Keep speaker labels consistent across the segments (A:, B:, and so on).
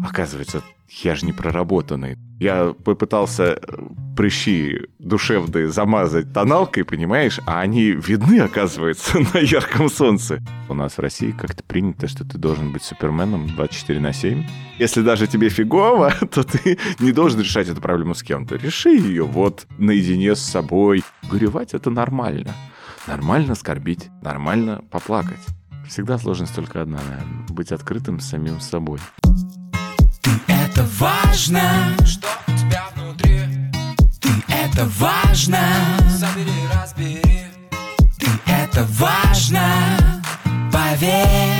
A: Оказывается, я же не проработанный. Я попытался прыщи душевные замазать тоналкой, понимаешь, а они видны, оказывается, на ярком солнце. У нас в России как-то принято, что ты должен быть суперменом 24/7. Если даже тебе фигово, то ты не должен решать эту проблему с кем-то. Реши ее вот наедине с собой. Горевать — это нормально. Нормально скорбить, нормально поплакать. Всегда сложность только одна, наверное. Быть открытым с самим собой.
B: Это важно, что у тебя внутри. Ты это важно. Собери, разбери. Ты это важно. Поверь.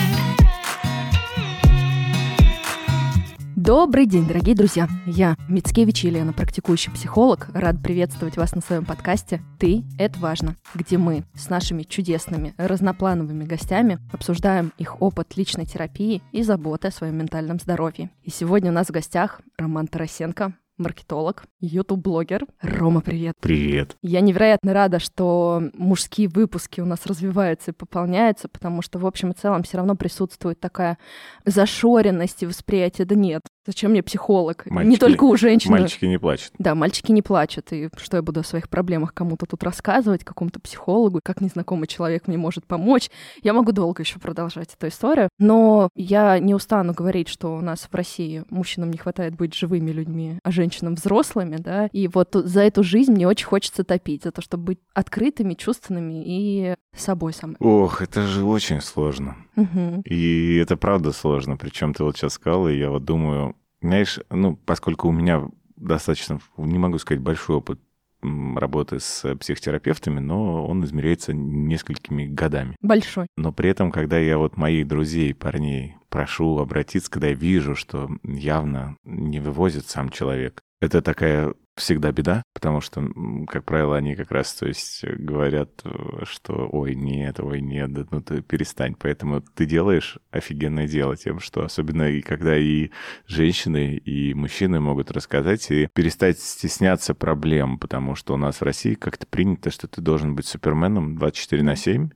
C: Добрый день, дорогие друзья! Я, Мицкевич Елена, практикующий психолог, рад приветствовать вас на своем подкасте «Ты – это важно», где мы с нашими чудесными, разноплановыми гостями обсуждаем их опыт личной терапии и заботы о своем ментальном здоровье. И сегодня у нас в гостях Роман Тарасенко, маркетолог, ютуб-блогер. Рома, привет!
A: Привет!
C: Я невероятно рада, что мужские выпуски у нас развиваются и пополняются, потому что, в общем и целом, все равно присутствует такая зашоренность и восприятие. Да нет, зачем мне психолог?
A: Мальчики,
C: не только у женщин.
A: Мальчики не плачут.
C: Да, мальчики не плачут. И что я буду о своих проблемах кому-то тут рассказывать, какому-то психологу, как незнакомый человек мне может помочь? Я могу долго еще продолжать эту историю, но я не устану говорить, что у нас в России мужчинам не хватает быть живыми людьми, а женщинам взрослыми, да, и вот за эту жизнь мне очень хочется топить, за то, чтобы быть открытыми, чувственными и собой самой.
A: Ох, это же очень сложно.
C: Угу.
A: И это правда сложно. Причем ты вот сейчас сказал, и я вот думаю, знаешь, поскольку у меня достаточно, не могу сказать, большой опыт работы с психотерапевтами, но он измеряется несколькими годами.
C: Большой.
A: Но при этом, когда я вот моих друзей, парней прошу обратиться, когда я вижу, что явно не вывозит сам человек, это такая всегда беда, потому что, как правило, они как раз, то есть, говорят, что ой, нет, да, ну ты перестань. Поэтому ты делаешь офигенное дело тем, что особенно и когда и женщины, и мужчины могут рассказать и перестать стесняться проблем, потому что у нас в России как-то принято, что ты должен быть суперменом 24/7.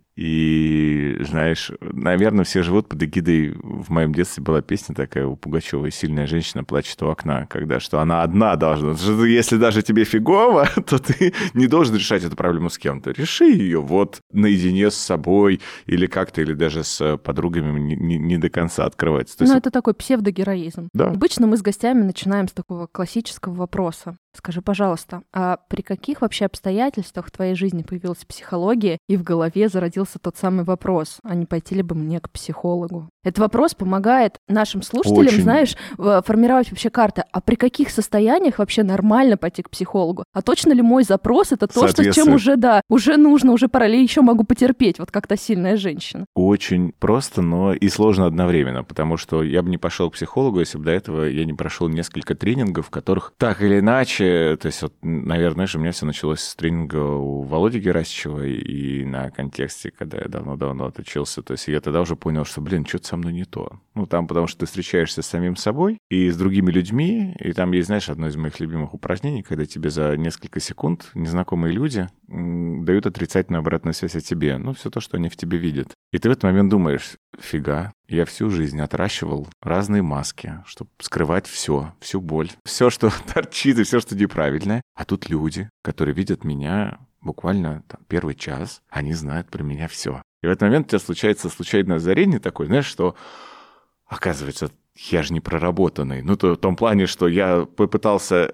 A: И, знаешь, наверное, все живут под эгидой. В моем детстве была песня такая у Пугачёвой «Сильная женщина плачет у окна», когда что она одна должна. Если даже тебе фигово, то ты не должен решать эту проблему с кем-то. Реши ее вот наедине с собой или как-то, или даже с подругами не до конца открывается. То есть...
C: это такой псевдогероизм.
A: Да.
C: Обычно мы с гостями начинаем с такого классического вопроса. Скажи, пожалуйста, а при каких вообще обстоятельствах в твоей жизни появилась психология и в голове зародился тот самый вопрос, а не пойти ли бы мне к психологу? Этот вопрос помогает нашим слушателям,
A: Очень.
C: знаешь, формировать вообще карты. А при каких состояниях вообще нормально пойти к психологу? А точно ли мой запрос — это то, что с чем уже нужно, уже пора, или еще могу потерпеть, вот как та сильная женщина?
A: Очень просто, но и сложно одновременно, потому что я бы не пошел к психологу, если бы до этого я не прошел несколько тренингов, в которых так или иначе, то есть, вот, наверное, у меня все началось с тренинга у Володи Герасичева и на контексте, когда я давно-давно отучился, то есть я тогда уже понял, что, что-то со мной не то. Там потому что ты встречаешься с самим собой и с другими людьми, и там есть, знаешь, одно из моих любимых упражнений, когда тебе за несколько секунд незнакомые люди дают отрицательную обратную связь о тебе, все то, что они в тебе видят. И ты в этот момент думаешь, фига, я всю жизнь отращивал разные маски, чтобы скрывать всю боль, все, что торчит и все, что неправильное. А тут люди, которые видят меня буквально первый час, они знают про меня все. И в этот момент у тебя случается случайное озарение такое, знаешь, что, оказывается, я же не проработанный. В том плане, что я попытался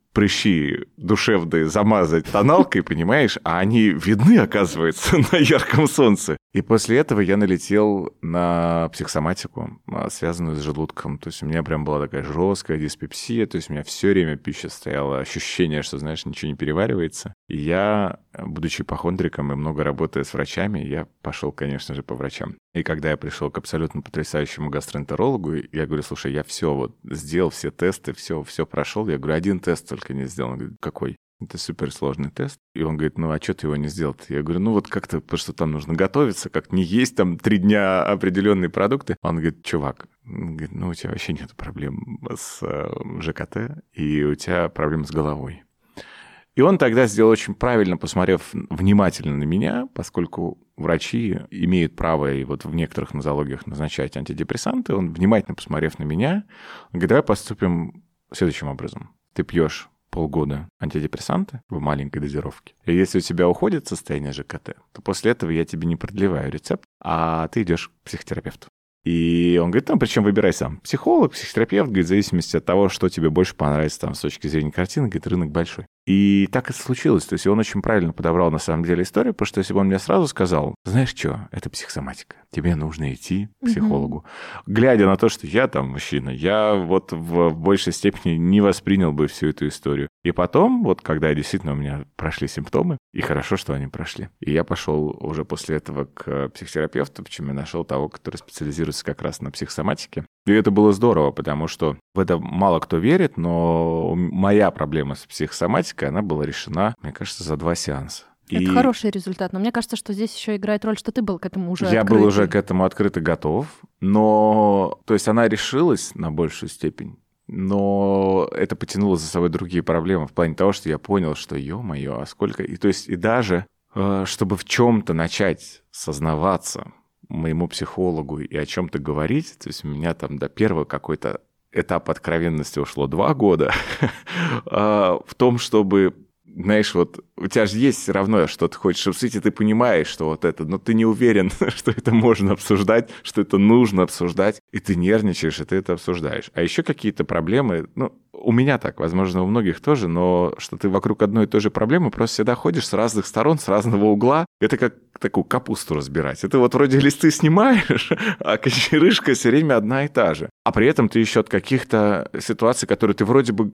A: прыщи душевные замазать тоналкой, понимаешь, а они видны, оказывается, на ярком солнце. И после этого я налетел на психосоматику, связанную с желудком. То есть у меня прям была такая жесткая диспепсия, то есть у меня все время пища стояла, ощущение, что, знаешь, ничего не переваривается. И я, будучи ипохондриком и много работая с врачами, я пошел, конечно же, по врачам. И когда я пришел к абсолютно потрясающему гастроэнтерологу, я говорю, слушай, я все сделал, все тесты, все прошел. Я говорю, один тест только не сделал. Он говорит, какой? Это суперсложный тест. И он говорит, а что ты его не сделал? Я говорю, как-то, потому что там нужно готовиться, как не есть там 3 дня определенные продукты. Он говорит, чувак, у тебя вообще нет проблем с ЖКТ, и у тебя проблемы с головой. И он тогда сделал очень правильно, посмотрев внимательно на меня, поскольку врачи имеют право и вот в некоторых нозологиях назначать антидепрессанты. Он, внимательно посмотрев на меня, говорит, давай поступим следующим образом. Ты пьешь полгода антидепрессанты в маленькой дозировке. И если у тебя уходит состояние ЖКТ, то после этого я тебе не продлеваю рецепт, а ты идешь к психотерапевту. И он говорит, причем выбирай сам. Психолог, психотерапевт, говорит, в зависимости от того, что тебе больше понравится там с точки зрения картины, говорит, рынок большой. И так и случилось. То есть он очень правильно подобрал на самом деле историю, потому что если бы он мне сразу сказал, знаешь что, это психосоматика, тебе нужно идти к психологу. Глядя на то, что я там мужчина, я вот в большей степени не воспринял бы всю эту историю. И потом, вот когда действительно у меня прошли симптомы, и хорошо, что они прошли. И я пошел уже после этого к психотерапевту, причем я нашел того, который специализируется как раз на психосоматике. И это было здорово, потому что в это мало кто верит, но моя проблема с психосоматикой, она была решена, мне кажется, за 2 сеанса.
C: Это хороший результат, но мне кажется, что здесь еще играет роль, что ты был к этому уже
A: Я
C: открытый.
A: был уже к этому открыто готов, но... То есть она решилась на большую степень, но это потянуло за собой другие проблемы в плане того, что я понял, что, ё-моё, а сколько... И то есть и даже, чтобы в чем-то начать сознаваться моему психологу и о чем-то говорить, то есть у меня там до первого какой-то этап откровенности ушло 2 года, в том, чтобы, знаешь, вот у тебя же есть все равно, что ты хочешь обсудить, и ты понимаешь, что вот это, но ты не уверен, что это можно обсуждать, что это нужно обсуждать, и ты нервничаешь, и ты это обсуждаешь. А еще какие-то проблемы, у меня так, возможно, у многих тоже, но что ты вокруг одной и той же проблемы просто всегда ходишь с разных сторон, с разного угла. Это как такую капусту разбирать. Это вот вроде листы снимаешь, а кочерышка все время одна и та же. А при этом ты еще от каких-то ситуаций, которые ты вроде бы,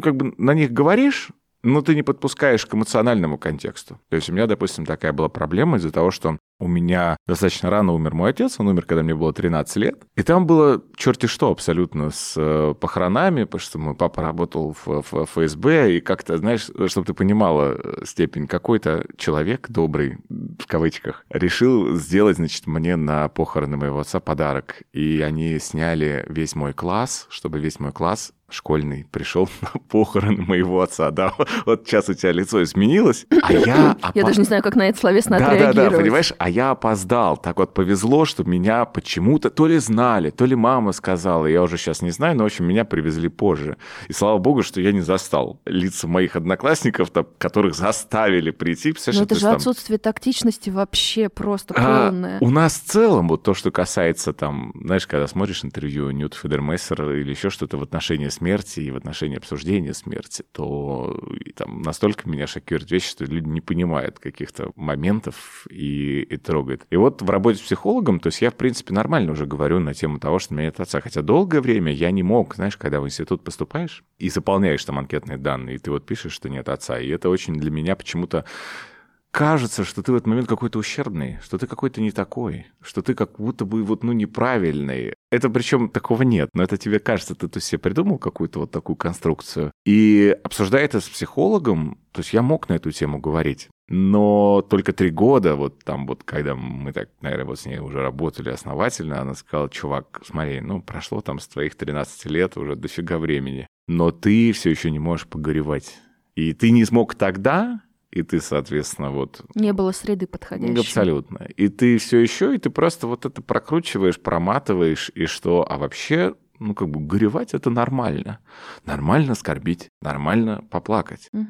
A: на них говоришь, но ты не подпускаешь к эмоциональному контексту. То есть у меня, допустим, такая была проблема из-за того, что у меня достаточно рано умер мой отец, он умер, когда мне было 13 лет. И там было черти что абсолютно с похоронами, потому что мой папа работал в ФСБ, и как-то, знаешь, чтобы ты понимала степень, какой-то человек добрый, в кавычках, решил сделать, значит, мне на похороны моего отца подарок. И они сняли весь мой класс, чтобы весь мой класс школьный пришел на похороны моего отца. Да, вот сейчас у тебя лицо изменилось, а я...
C: Я даже не знаю, как на это словесно отреагировать.
A: Да, понимаешь, а я опоздал. Так вот повезло, что меня почему-то то ли знали, то ли мама сказала, я уже сейчас не знаю, но, в общем, меня привезли позже. И слава богу, что я не застал лица моих одноклассников, которых заставили прийти.
C: Но это же отсутствие тактичности вообще просто полное.
A: У нас в целом, вот то, что касается там, знаешь, когда смотришь интервью Ньюта Федермессера или еще что-то в отношении смерти и в отношении обсуждения смерти, то там настолько меня шокируют вещи, что люди не понимают каких-то моментов и трогает. И вот в работе с психологом, то есть я, в принципе, нормально уже говорю на тему того, что у меня нет отца. Хотя долгое время я не мог, знаешь, когда в институт поступаешь и заполняешь там анкетные данные, и ты вот пишешь, что нет отца. И это очень для меня почему-то кажется, что ты в этот момент какой-то ущербный, что ты какой-то не такой, что ты как будто бы вот, неправильный. Это причем такого нет, но это тебе кажется, ты себе придумал какую-то вот такую конструкцию. И обсуждая это с психологом, то есть я мог на эту тему говорить, но только 3 года, вот там вот, когда мы так, наверное, вот с ней уже работали основательно, она сказала, чувак, смотри, прошло там с твоих 13 лет уже дофига времени, но ты все еще не можешь погоревать. И ты не смог тогда, и ты, соответственно, вот...
C: Не было среды подходящей.
A: Абсолютно. И ты все еще, и ты просто вот это прокручиваешь, проматываешь, и что, а вообще, горевать — это нормально. Нормально скорбить, нормально поплакать.
C: Угу.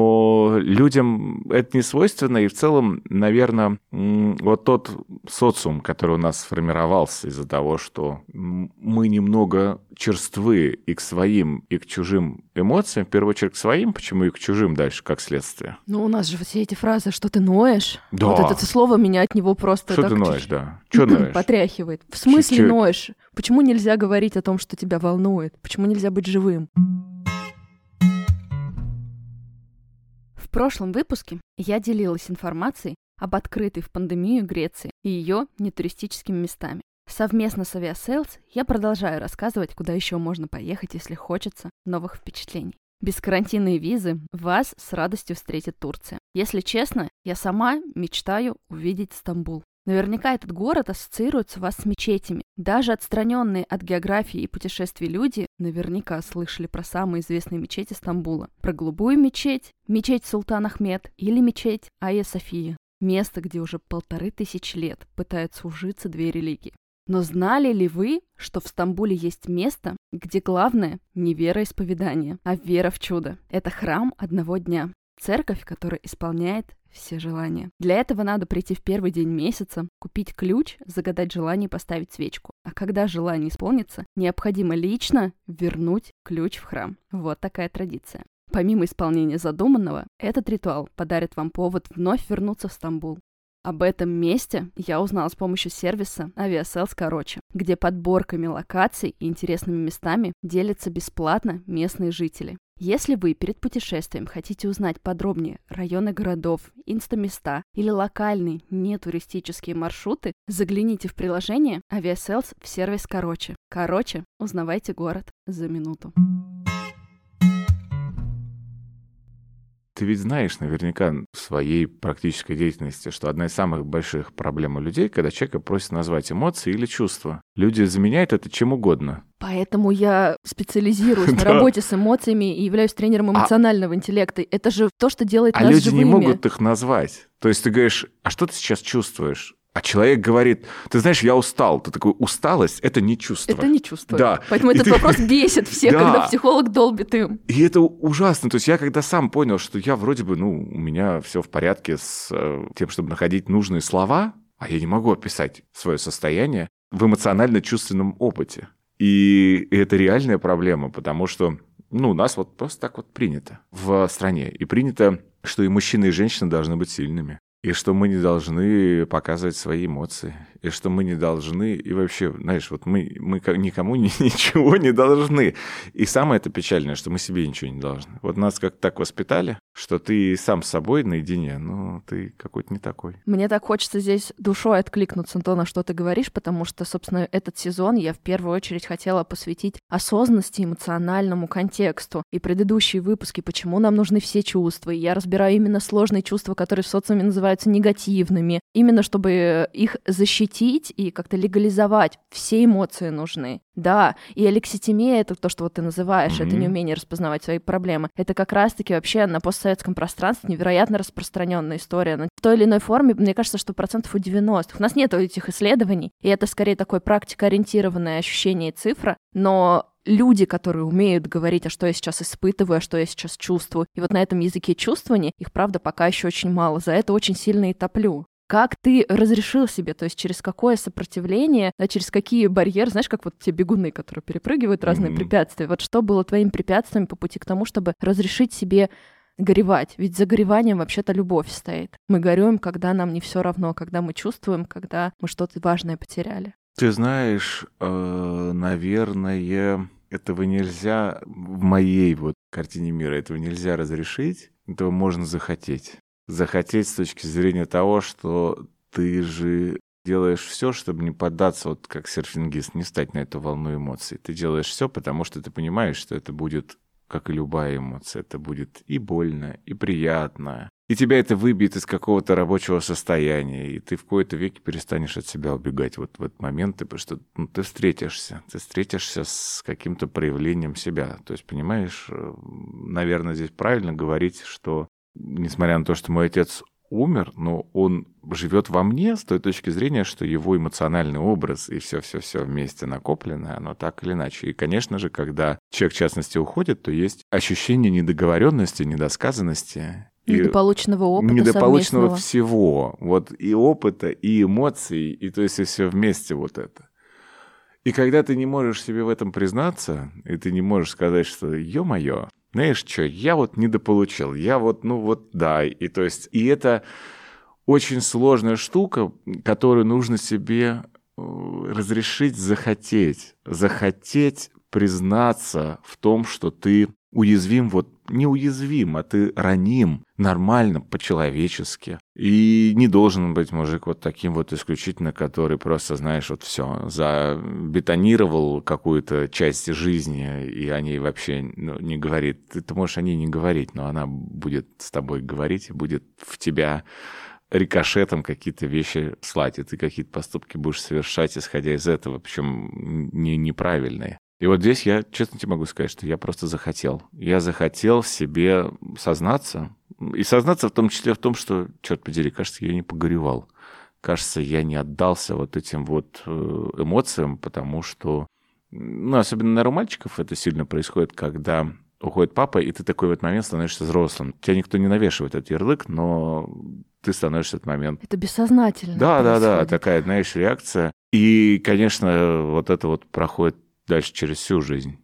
A: Но людям это не свойственно, и в целом, наверное, вот тот социум, который у нас сформировался из-за того, что мы немного черствы и к своим, и к чужим эмоциям, в первую очередь к своим, почему и к чужим дальше, как следствие.
C: У нас же все эти фразы, что ты ноешь,
A: да.
C: Вот это слово меня от него просто
A: что
C: так...
A: Что ты ноешь, да. Что ноешь?
C: Потряхивает. В смысле ноешь? Почему нельзя говорить о том, что тебя волнует? Почему нельзя быть живым? В прошлом выпуске я делилась информацией об открытой в пандемию Греции и ее нетуристическими местами. Совместно с Aviasales я продолжаю рассказывать, куда еще можно поехать, если хочется новых впечатлений. Без карантинной визы вас с радостью встретит Турция. Если честно, я сама мечтаю увидеть Стамбул. Наверняка этот город ассоциируется у вас с мечетями. Даже отстраненные от географии и путешествий люди наверняка слышали про самые известные мечети Стамбула. Про Голубую мечеть, мечеть Султан Ахмед или мечеть Айя София. Место, где уже 1500 лет пытаются ужиться две религии. Но знали ли вы, что в Стамбуле есть место, где главное не вероисповедание, а вера в чудо? Это храм одного дня. Церковь, которая исполняет все желания. Для этого надо прийти в первый день месяца, купить ключ, загадать желание и поставить свечку. А когда желание исполнится, необходимо лично вернуть ключ в храм. Вот такая традиция. Помимо исполнения задуманного, этот ритуал подарит вам повод вновь вернуться в Стамбул. Об этом месте я узнала с помощью сервиса Aviasales Короче, где подборками локаций и интересными местами делятся бесплатно местные жители. Если вы перед путешествием хотите узнать подробнее районы городов, инстаместа или локальные нетуристические маршруты, загляните в приложение Aviasales в сервис Короче. Короче, узнавайте город за минуту.
A: Ты ведь знаешь наверняка в своей практической деятельности, что одна из самых больших проблем у людей, когда человека просят назвать эмоции или чувства. Люди заменяют это чем угодно.
C: Поэтому я специализируюсь на работе с эмоциями и являюсь тренером эмоционального интеллекта. Это же то, что делает нас
A: люди
C: живыми.
A: Не могут их назвать. То есть ты говоришь, а что ты сейчас чувствуешь? А человек говорит, ты знаешь, я устал. Ты такой, усталость – это не чувство.
C: Это не чувство.
A: Да.
C: Поэтому этот вопрос бесит всех, когда психолог долбит им.
A: И это ужасно. То есть я когда сам понял, что я вроде бы, у меня все в порядке с тем, чтобы находить нужные слова, а я не могу описать свое состояние в эмоционально-чувственном опыте. И это реальная проблема, потому что у нас вот просто так вот принято в стране. И принято, что и мужчины, и женщины должны быть сильными. И что мы не должны показывать свои эмоции. И что мы не должны... И вообще, знаешь, вот мы никому ничего не должны. И самое это печальное, что мы себе ничего не должны. Вот нас как-то так воспитали, что ты сам с собой наедине, ты какой-то не такой.
C: Мне так хочется здесь душой откликнуться на то, на что ты говоришь, потому что, собственно, этот сезон я в первую очередь хотела посвятить осознанности, эмоциональному контексту. И предыдущие выпуски «Почему нам нужны все чувства?» И я разбираю именно сложные чувства, которые в социуме называются негативными, именно чтобы их защитить и как-то легализовать. Все эмоции нужны. Да, и алекситимия — это то, что вот ты называешь, это неумение распознавать свои проблемы. Это как раз-таки вообще на постсоветском пространстве невероятно распространенная история. Но в той или иной форме, мне кажется, что 90%. У нас нет этих исследований, и это скорее такое практикоориентированное ощущение и цифра, но люди, которые умеют говорить, а что я сейчас испытываю, а что я сейчас чувствую, и вот на этом языке чувствования их, правда, пока еще очень мало. За это очень сильно и топлю. Как ты разрешил себе, то есть через какое сопротивление, через какие барьеры, знаешь, как вот те бегуны, которые перепрыгивают разные препятствия, вот что было твоим препятствием по пути к тому, чтобы разрешить себе горевать? Ведь за гореванием вообще-то любовь стоит. Мы горюем, когда нам не все равно, когда мы чувствуем, когда мы что-то важное потеряли.
A: Ты знаешь, наверное, этого нельзя, в моей вот картине мира, этого нельзя разрешить, этого можно захотеть. Захотеть с точки зрения того, что ты же делаешь все, чтобы не поддаться, вот как серфингист, не стать на эту волну эмоций. Ты делаешь все, потому что ты понимаешь, что это будет, как и любая эмоция, это будет и больно, и приятно. И тебя это выбьет из какого-то рабочего состояния, и ты в какой-то веке перестанешь от себя убегать вот в этот момент, потому что ты встретишься с каким-то проявлением себя. То есть, понимаешь, наверное, здесь правильно говорить, что несмотря на то, что мой отец умер, но он живет во мне с той точки зрения, что его эмоциональный образ и все вместе накопленное, оно так или иначе. И, конечно же, когда человек, в частности, уходит, то есть ощущение недоговоренности, недосказанности.
C: Недополученного опыта
A: недополученного
C: совместного.
A: Всего. Вот и опыта, и эмоций, и то есть и все вместе вот это. И когда ты не можешь себе в этом признаться, и ты не можешь сказать, что ё-моё, знаешь что, я вот недополучил, я вот, да. И то есть, и это очень сложная штука, которую нужно себе разрешить захотеть признаться в том, что ты уязвим, вот не уязвим, а ты раним нормально, по-человечески. И не должен быть мужик вот таким вот исключительно, который просто, знаешь, вот все забетонировал какую-то часть жизни, и о ней вообще не говорит. Ты можешь о ней не говорить, но она будет с тобой говорить и будет в тебя рикошетом какие-то вещи слать, и ты какие-то поступки будешь совершать, исходя из этого, причем неправильные. И вот здесь я, честно тебе могу сказать, что я просто захотел. Я захотел в себе сознаться, и сознаться в том числе в том, что, черт подери, кажется, я не погоревал. Кажется, я не отдался вот этим вот эмоциям, потому что, ну, особенно, наверное, у мальчиков это сильно происходит, когда уходит папа, и ты такой в этот момент становишься взрослым. Тебя никто не навешивает этот ярлык, но ты становишься в этот момент.
C: Это бессознательно.
A: Да, такая, знаешь, реакция. И, конечно, вот это вот проходит дальше через всю жизнь.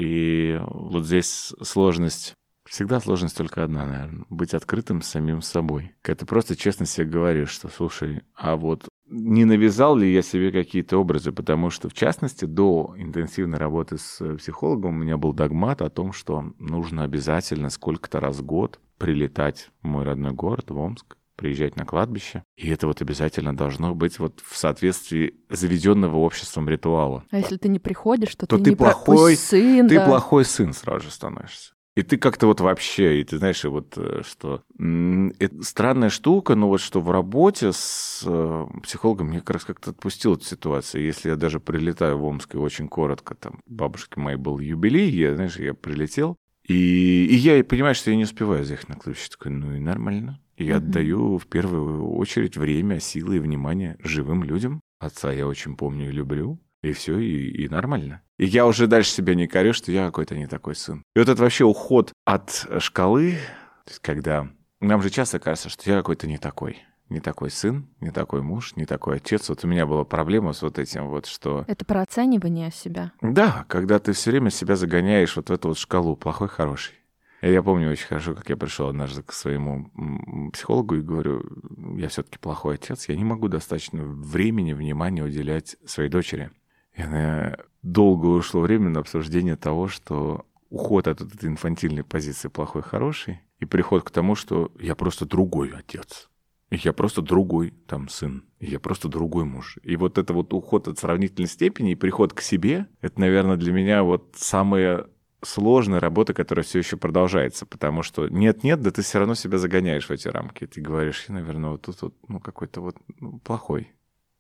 A: И вот здесь сложность, всегда сложность только одна, наверное, быть открытым с самим собой. Когда ты просто честно себе говоришь, что, слушай, а вот не навязал ли я себе какие-то образы, потому что, в частности, до интенсивной работы с психологом у меня был догмат о том, что нужно обязательно сколько-то раз в год прилетать в мой родной город, в Омск, приезжать на кладбище, и это вот обязательно должно быть вот в соответствии заведенного обществом ритуала.
C: А если ты не приходишь, то
A: ты
C: не
A: плохой
C: сын.
A: Ты плохой сын сразу же становишься. И ты как-то вот вообще, и ты знаешь, вот что... Это странная штука, но вот что в работе с психологом мне как раз как-то отпустила эту ситуацию. Если я даже прилетаю в Омск, и очень коротко, там, бабушке моей был юбилей, я прилетел, и я понимаю, что я не успеваю заехать на кладбище. Такой, ну и нормально. Я отдаю в первую очередь время, силы и внимание живым людям. Отца я очень помню и люблю. И все, и нормально. И я уже дальше себя не корю, что я какой-то не такой сын. И вот это вообще уход от шкалы, то есть когда нам же часто кажется, что я какой-то не такой сын, не такой муж, не такой отец. Вот у меня была проблема с вот этим вот, что...
C: Это про оценивание себя.
A: Да, когда ты все время себя загоняешь вот в эту вот шкалу плохой-хороший. И я помню очень хорошо, как я пришел однажды к своему психологу и говорю, я все-таки плохой отец, я не могу достаточно времени, внимания уделять своей дочери. И она долго ушло время на обсуждение того, что уход от этой инфантильной позиции плохой-хороший и приход к тому, что я просто другой отец. И я просто другой там сын. И я просто другой муж. И вот это вот уход от сравнительной степени и приход к себе, это, наверное, для меня вот самая сложная работа, которая все еще продолжается. Потому что нет-нет, да ты все равно себя загоняешь в эти рамки. Ты говоришь, я, наверное, вот тут вот, какой-то вот плохой.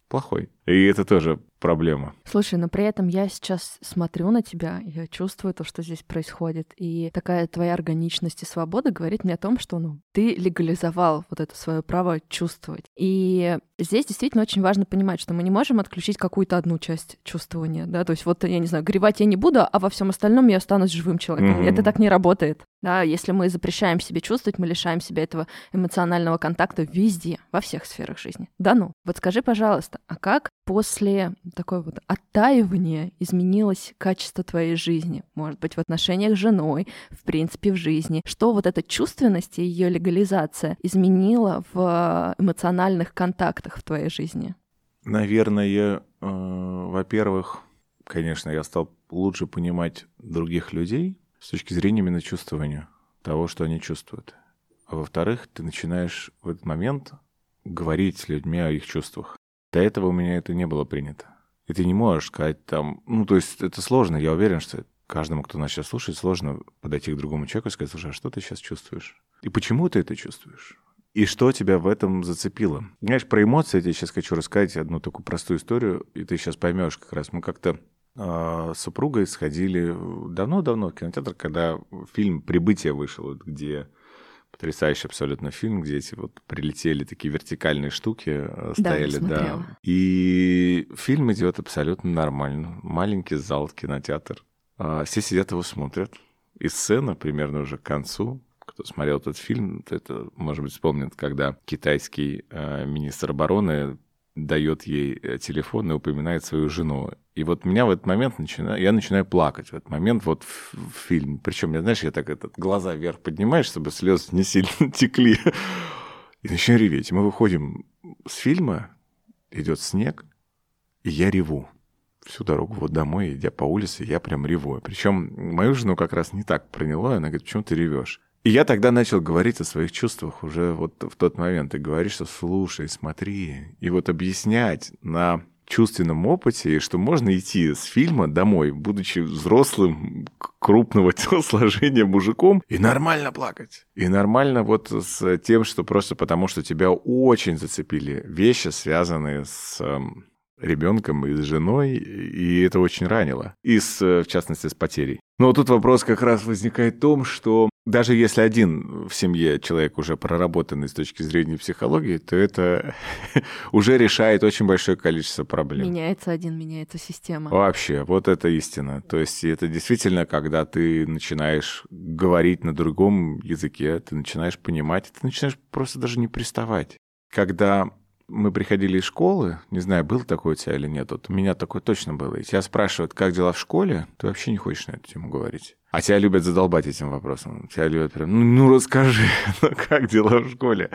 A: И это тоже проблема.
C: Слушай, но при этом я сейчас смотрю на тебя, я чувствую то, что здесь происходит. И такая твоя органичность и свобода говорит мне о том, что ты легализовал вот это свое право чувствовать. И здесь действительно очень важно понимать, что мы не можем отключить какую-то одну часть чувствования, да, то есть вот, я не знаю, горевать я не буду, а во всем остальном я останусь живым человеком. Это так не работает. Да, если мы запрещаем себе чувствовать, мы лишаем себя этого эмоционального контакта везде, во всех сферах жизни. Да ну. Вот скажи, пожалуйста, а как после такой вот оттаивания изменилось качество твоей жизни? Может быть, в отношениях с женой, в принципе, в жизни? Что вот эта чувственность и ее легализация изменила в эмоциональных контактах в твоей жизни?
A: Наверное, во-первых, конечно, я стал лучше понимать других людей с точки зрения именно чувствования того, что они чувствуют. А во-вторых, ты начинаешь в этот момент говорить с людьми о их чувствах. До этого у меня это не было принято. И ты не можешь сказать там... то есть это сложно. Я уверен, что каждому, кто нас сейчас слушает, сложно подойти к другому человеку и сказать, слушай, а что ты сейчас чувствуешь? И почему ты это чувствуешь? И что тебя в этом зацепило? Знаешь, про эмоции я тебе сейчас хочу рассказать одну такую простую историю, и ты сейчас поймешь как раз. Мы как-то с супругой сходили давно-давно в кинотеатр, когда фильм «Прибытие» вышел, где... Потрясающий абсолютно фильм, где эти вот прилетели такие вертикальные штуки, стояли, да. И фильм идет абсолютно нормально. Маленький зал, кинотеатр. Все сидят его смотрят. И сцена примерно уже к концу. Кто смотрел этот фильм, это, может быть, вспомнит, когда китайский министр обороны дает ей телефон и упоминает свою жену. И вот меня в этот момент я начинаю плакать. В этот момент вот в фильме. Причем, я так глаза вверх поднимаешь, чтобы слезы не сильно текли. И начинаю реветь. И мы выходим с фильма, идет снег, и я реву. Всю дорогу вот домой, идя по улице, я прям реву. Причем мою жену как раз не так проняло. Она говорит, почему ты ревешь? И я тогда начал говорить о своих чувствах уже вот в тот момент. И говорить, что слушай, смотри. И вот объяснять на чувственном опыте, и что можно идти с фильма домой, будучи взрослым, крупного телосложения мужиком, и нормально плакать. И нормально вот с тем, что просто потому, что тебя очень зацепили вещи, связанные с ребенком и с женой, и это очень ранило. И, в частности, с потерей. Но тут вопрос как раз возникает в том, что даже если один в семье человек уже проработанный с точки зрения психологии, то это уже решает очень большое количество проблем.
C: Меняется один, меняется система.
A: Вообще, вот это истина. То есть это действительно, когда ты начинаешь говорить на другом языке, ты начинаешь понимать, ты начинаешь просто даже не приставать. Когда мы приходили из школы, не знаю, было такое у тебя или нет, вот у меня такое точно было. И тебя спрашивают, как дела в школе, ты вообще не хочешь на эту тему говорить. А тебя любят задолбать этим вопросом. Тебя любят прям, ну расскажи, как дела в школе.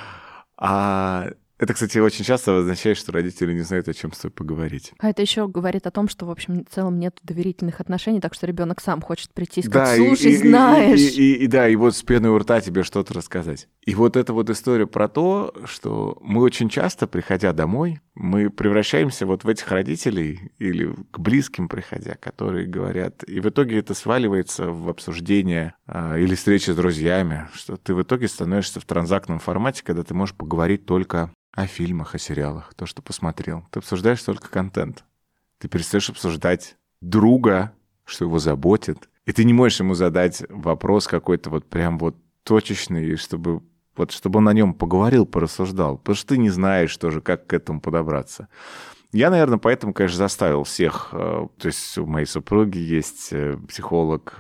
A: А это, кстати, очень часто означает, что родители не знают, о чем с тобой поговорить.
C: А это еще говорит о том, что, в общем, в целом нет доверительных отношений, так что ребенок сам хочет прийти и сказать, слушай, знаешь.
A: И вот с пеной у рта тебе что-то рассказать. И вот эта вот история про то, что мы очень часто, приходя домой, мы превращаемся вот в этих родителей или к близким приходя, которые говорят, и в итоге это сваливается в обсуждение или встречи с друзьями, что ты в итоге становишься в транзактном формате, когда ты можешь поговорить только о фильмах, о сериалах, то, что посмотрел. Ты обсуждаешь только контент. Ты перестаешь обсуждать друга, что его заботит. И ты не можешь ему задать вопрос какой-то вот прям вот точечный, чтобы он о нем поговорил, порассуждал. Потому что ты не знаешь тоже, как к этому подобраться. Я, наверное, поэтому, конечно, заставил всех. То есть у моей супруги есть психолог.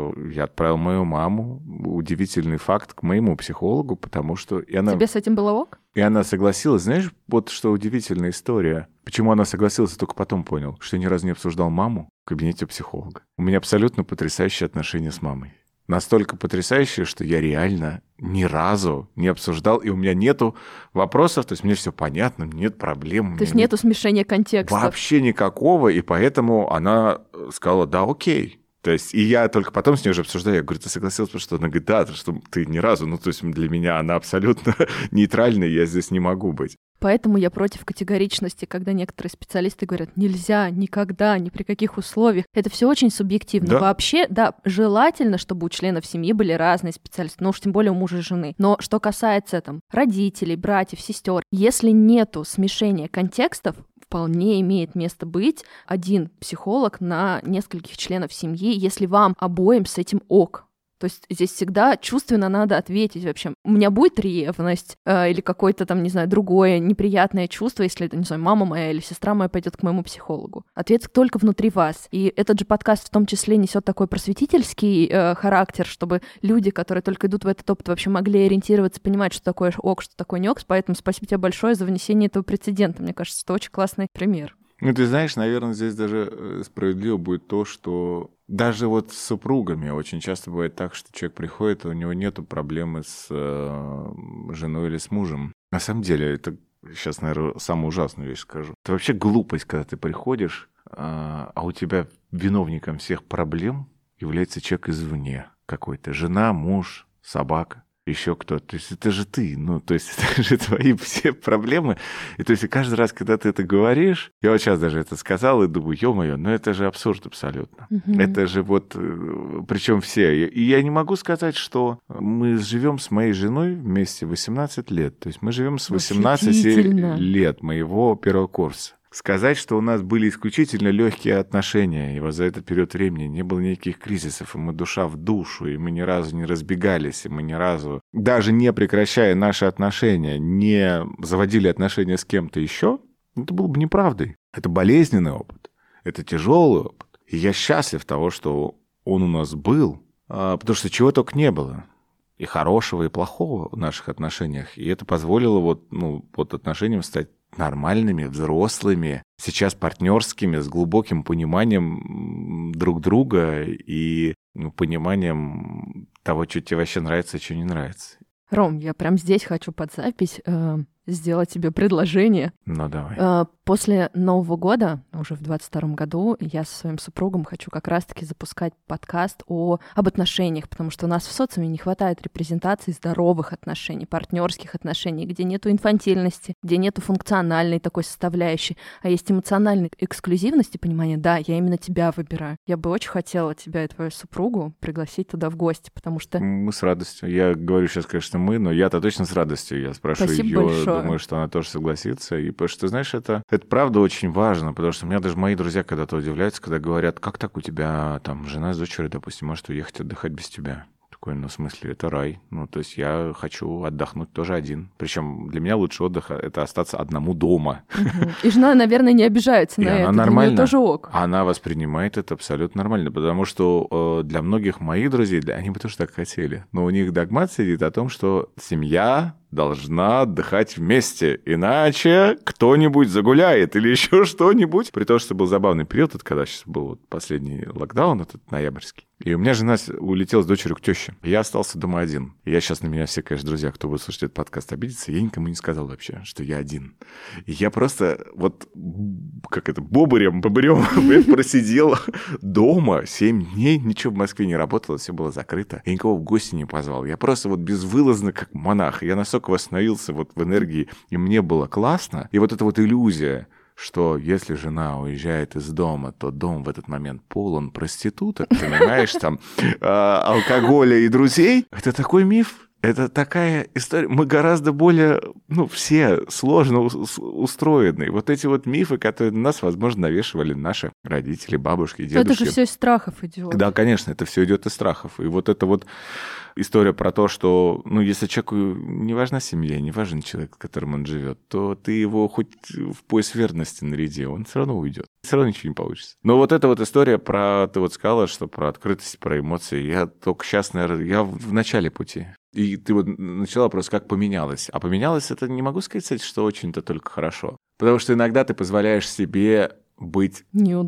A: Я отправил мою маму, удивительный факт, к моему психологу, потому что...
C: Тебе с этим было ок?
A: И она согласилась. Знаешь, вот что удивительная история. Почему она согласилась, я только потом понял, что я ни разу не обсуждал маму в кабинете психолога. У меня абсолютно потрясающие отношения с мамой. Настолько потрясающие, что я реально ни разу не обсуждал, и у меня нету вопросов, то есть мне все понятно, нет проблем.
C: То есть нету смешения контекстов?
A: Вообще никакого, и поэтому она сказала, да, окей. То есть, и я только потом с ней уже обсуждаю, я говорю, ты согласилась, потому что она говорит, да, что ты ни разу, ну, то есть для меня она абсолютно нейтральная, я здесь не могу быть.
C: Поэтому я против категоричности, когда некоторые специалисты говорят, нельзя, никогда, ни при каких условиях. Это все очень субъективно.
A: Да?
C: Вообще, да, желательно, чтобы у членов семьи были разные специалисты, ну уж тем более у мужа и жены. Но что касается там родителей, братьев, сестер, если нету смешения контекстов, вполне имеет место быть один психолог на нескольких членов семьи, если вам обоим с этим ок. То есть здесь всегда чувственно надо ответить вообще. У меня будет ревность или какое-то там, не знаю, другое неприятное чувство, если, не знаю, мама моя или сестра моя пойдет к моему психологу. Ответ только внутри вас. И этот же подкаст в том числе несет такой просветительский характер, чтобы люди, которые только идут в этот опыт, вообще могли ориентироваться, понимать, что такое ок, что такое не ок. Поэтому спасибо тебе большое за внесение этого прецедента. Мне кажется, это очень классный пример.
A: Ну, ты знаешь, наверное, здесь даже справедливо будет то, что даже вот с супругами очень часто бывает так, что человек приходит, и у него нету проблемы с женой или с мужем. На самом деле, это сейчас, наверное, самую ужасную вещь скажу. Это вообще глупость, когда ты приходишь, а у тебя виновником всех проблем является человек извне какой-то. Жена, муж, собака. Еще кто-то. То есть это же ты, ну, то есть это же твои все проблемы. И то есть каждый раз, когда ты это говоришь, я вот сейчас даже это сказал и думаю, ё-моё, ну это же абсурд абсолютно. Это же вот, причем все. И я не могу сказать, что мы живем с моей женой вместе 18 лет. То есть мы живем с 18 лет моего первого курса. Сказать, что у нас были исключительно легкие отношения, и вот за этот период времени не было никаких кризисов, и мы душа в душу, и мы ни разу не разбегались, и мы ни разу, даже не прекращая наши отношения, не заводили отношения с кем-то еще, это было бы неправдой. Это болезненный опыт, это тяжелый опыт. И я счастлив того, что он у нас был, потому что чего только не было. И хорошего, и плохого в наших отношениях. И это позволило вот отношениям стать нормальными, взрослыми, сейчас партнерскими, с глубоким пониманием друг друга и пониманием того, что тебе вообще нравится, а что не нравится.
C: Ром, я прям здесь хочу под запись сделать тебе предложение.
A: Ну, давай.
C: После Нового года, уже в 2022 году, я со своим супругом хочу как раз-таки запускать подкаст об отношениях, потому что у нас в социуме не хватает репрезентации здоровых отношений, партнерских отношений, где нету инфантильности, где нету функциональной такой составляющей, а есть эмоциональной эксклюзивности, понимание, да, я именно тебя выбираю. Я бы очень хотела тебя и твою супругу пригласить туда в гости, потому что...
A: Мы с радостью. Я говорю сейчас, конечно, мы, но я-то точно с радостью. Я спрашиваю
C: Спасибо
A: ее,
C: большое.
A: думаю, что она тоже согласится. И потому что, знаешь, это правда очень важно, потому что у меня даже мои друзья когда-то удивляются, когда говорят, как так у тебя там жена с дочерью, допустим, может уехать отдыхать без тебя. Такой, ну, в смысле, это рай. Ну, то есть я хочу отдохнуть тоже один. Причем для меня лучший отдых — это остаться одному дома.
C: И жена, наверное, не обижается на это.
A: Нормально.
C: Для неё тоже ок.
A: Она воспринимает это абсолютно нормально, потому что для многих моих друзей, они бы тоже так хотели. Но у них догмат сидит о том, что семья должна отдыхать вместе, иначе кто-нибудь загуляет или еще что-нибудь. При том, что был забавный период, это когда сейчас был вот последний локдаун, этот ноябрьский. И у меня жена улетела с дочерью к тёще. Я остался дома один. И я сейчас на меня все, конечно, друзья, кто будет слушать этот подкаст, обидятся. Я никому не сказал вообще, что я один. И я просто бобырем просидел дома 7 дней. Ничего в Москве не работало, все было закрыто. Я никого в гости не позвал. Я просто безвылазно, как монах. Я настолько восстановился в энергии, и мне было классно. И вот эта иллюзия, что если жена уезжает из дома, то дом в этот момент полон проституток, понимаешь, там, алкоголя и друзей. Это такой миф. Это такая история. Мы гораздо более, все сложно устроены. Вот эти мифы, которые на нас, возможно, навешивали наши родители, бабушки, дедушки.
C: Это же все из страхов идет.
A: Да, конечно, это все идет из страхов. И это история про то, что, если человеку не важна семья, не важен человек, с которым он живет, то ты его хоть в пояс верности наряди, он все равно уйдет. Все равно ничего не получится. Но эта история ты сказала, что про открытость, про эмоции. Я только сейчас, наверное, я в начале пути. И ты начала просто как поменялось. А поменялось это, не могу сказать, что очень-то только хорошо. Потому что иногда ты позволяешь себе быть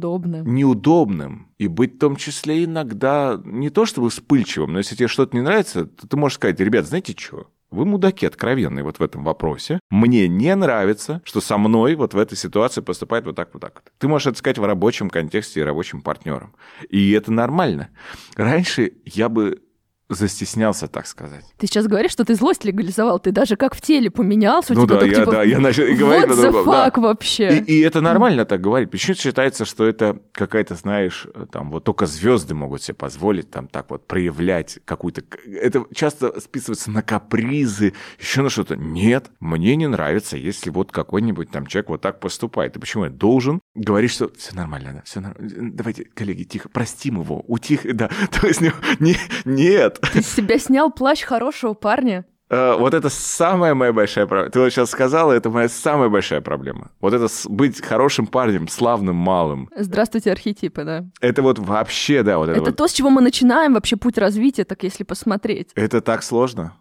A: неудобным и быть в том числе иногда не то чтобы вспыльчивым, но если тебе что-то не нравится, то ты можешь сказать: ребят, знаете что? Вы мудаки откровенные в этом вопросе. Мне не нравится, что со мной в этой ситуации поступает вот так. Ты можешь это сказать в рабочем контексте и рабочим партнерам. И это нормально. Раньше я бы застеснялся, так сказать.
C: Ты сейчас говоришь, что ты злость легализовал, ты даже как в теле поменялся.
A: Я начал говорить.
C: What the fuck вообще?
A: И это нормально так говорить. Почему считается, что это какая-то, знаешь, только звезды могут себе позволить проявлять какую-то... Это часто списывается на капризы, еще на что-то. Нет, мне не нравится, если какой-нибудь человек так поступает. И почему я должен говорить, что все нормально, да, все нормально. Давайте, коллеги, тихо, простим его, да. То есть нет.
C: Ты с себя снял плащ хорошего парня?
A: Это самая моя большая проблема. Ты сейчас сказала, это моя самая большая проблема. Это быть хорошим парнем, славным малым.
C: Здравствуйте, архетипы, да.
A: Это вообще, да.
C: Это то, с чего мы начинаем вообще путь развития, так если посмотреть.
A: Это так сложно.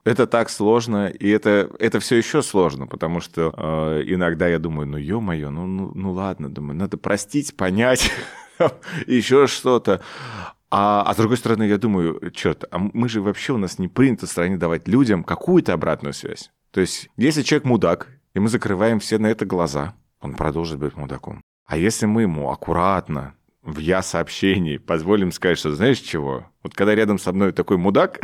A: И это все еще сложно, потому что иногда я думаю, ё-моё, ладно, думаю, надо простить, понять, еще что-то. А с другой стороны, я думаю, мы же вообще, у нас не принято в стране давать людям какую-то обратную связь. То есть, если человек мудак, и мы закрываем все на это глаза, он продолжит быть мудаком. А если мы ему аккуратно, в я-сообщении позволим сказать, что знаешь чего? Когда рядом со мной такой мудак,